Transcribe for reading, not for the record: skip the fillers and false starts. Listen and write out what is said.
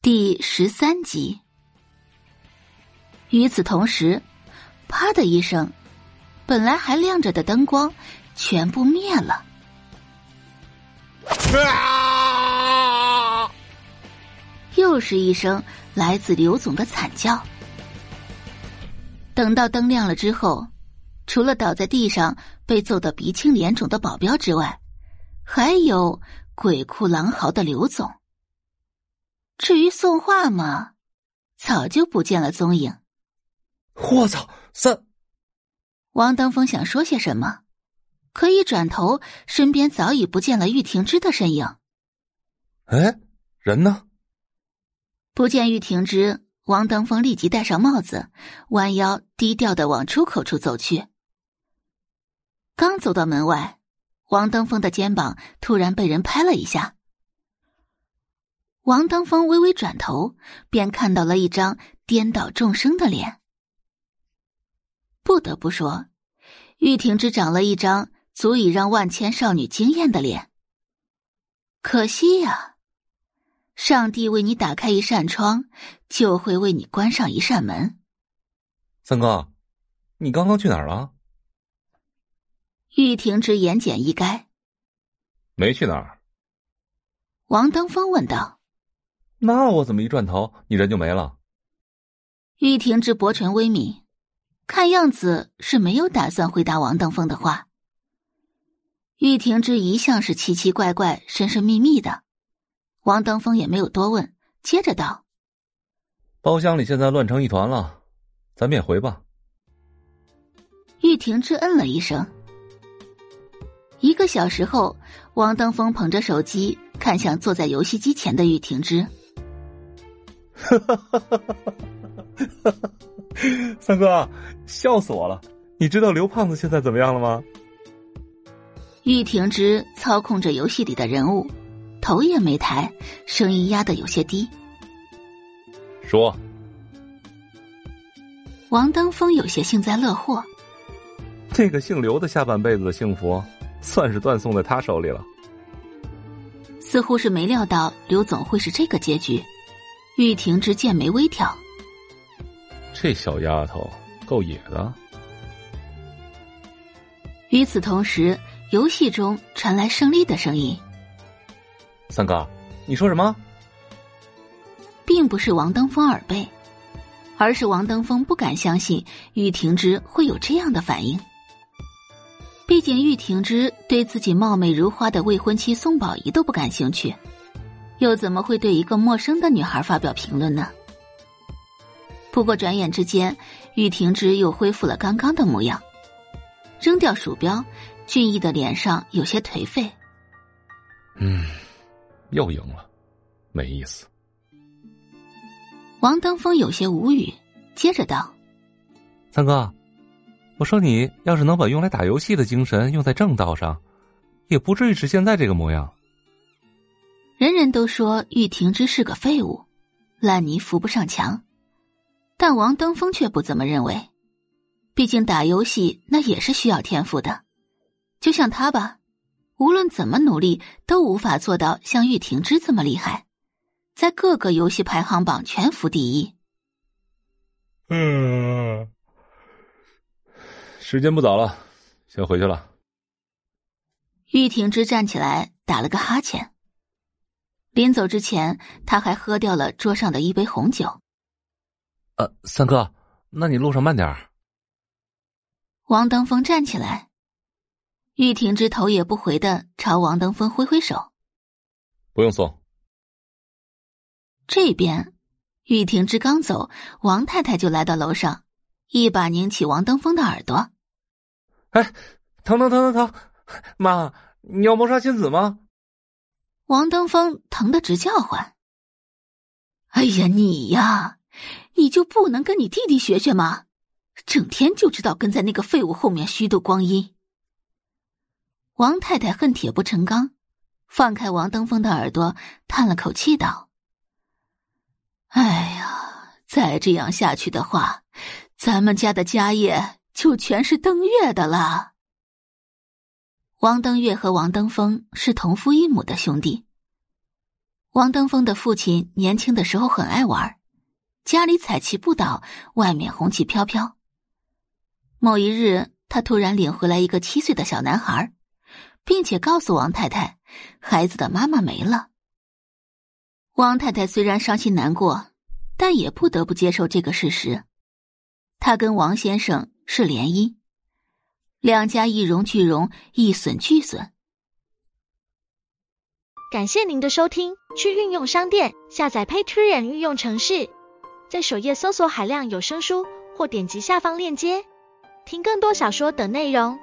第13集。与此同时，啪的一声，本来还亮着的灯光全部灭了。又是一声来自刘总的惨叫。等到灯亮了之后，除了倒在地上被揍得鼻青脸肿的保镖之外，还有鬼哭狼嚎的刘总。至于宋画嘛，早就不见了踪影。 我操， 王登峰想说些什么，可一转头，身边早已不见了玉婷之的身影。 哎，人呢？ 不见玉婷之，王登峰立即戴上帽子，弯腰低调地往出口处走去。刚走到门外，王登峰的肩膀突然被人拍了一下。王登峰微微转头，便看到了一张颠倒众生的脸。不得不说，玉婷之长了一张足以让万千少女惊艳的脸。可惜呀，上帝为你打开一扇窗，就会为你关上一扇门。 三哥，你刚刚去哪儿了？ 玉婷之言简意赅。 没去哪儿。 王登峰问道。 那我怎么一转头，你人就没了？ 玉婷之薄唇微抿，看样子是没有打算回答王登峰的话。玉婷之一向是奇奇怪怪、神神秘秘的，王登峰也没有多问，接着道： 包厢里现在乱成一团了，咱们也回吧。 玉婷之嗯了一声。1个小时后，王登峰捧着手机看向坐在游戏机前的玉婷之。 三哥，笑死我了！你知道刘胖子现在怎么样了吗？ 玉婷之操控着游戏里的人物，头也没抬，声音压得有些低。 说。 王登峰有些幸灾乐祸。 这个姓刘的下半辈子的幸福，算是断送在他手里了。 似乎是没料到刘总会是这个结局，玉婷之剑眉微挑。 这小丫头够野的。 与此同时，游戏中传来胜利的声音。 三哥，你说什么？ 并不是王登峰耳背，而是王登峰不敢相信玉婷之会有这样的反应。毕竟玉婷之对自己貌美如花的未婚妻宋宝仪都不感兴趣，又怎么会对一个陌生的女孩发表评论呢？不过转眼之间，玉婷之又恢复了刚刚的模样，扔掉鼠标，俊逸的脸上有些颓废。 又赢了，没意思。 王登峰有些无语，接着道： 三哥，我说你要是能把用来打游戏的精神用在正道上，也不至于是现在这个模样。 人人都说玉婷之是个废物，烂泥扶不上墙，但王登峰却不这么认为。毕竟打游戏那也是需要天赋的，就像他吧，无论怎么努力都无法做到像玉婷之这么厉害，在各个游戏排行榜全服第一。 时间不早了，先回去了。 玉婷之站起来打了个哈欠。临走之前，他还喝掉了桌上的一杯红酒。 三哥，那你路上慢点儿。 王登峰站起来，玉婷之头也不回的朝王登峰挥挥手。 不用送。 这边，玉婷之刚走，王太太就来到楼上，一把拧起王登峰的耳朵。 哎，疼！妈，你要谋杀亲子吗？ 王登峰疼得直叫唤。哎呀，你呀，你就不能跟你弟弟学学吗？整天就知道跟在那个废物后面虚度光阴。王太太恨铁不成钢，放开王登峰的耳朵，叹了口气道：哎呀，再这样下去的话，咱们家的家业就全是登月的了。王登月和王登峰是同父异母的兄弟。 王登峰的父亲年轻的时候很爱玩，家里彩旗不倒，外面红旗飘飘。某一日，他突然领回来一个7岁的小男孩，并且告诉王太太，孩子的妈妈没了。王太太虽然伤心难过，但也不得不接受这个事实。她跟王先生是联姻，两家一荣俱荣，一损俱损。 感谢您的收听，去运用商店下载 Patreon 运用程式，在首页搜索海量有声书，或点击下方链接听更多小说等内容。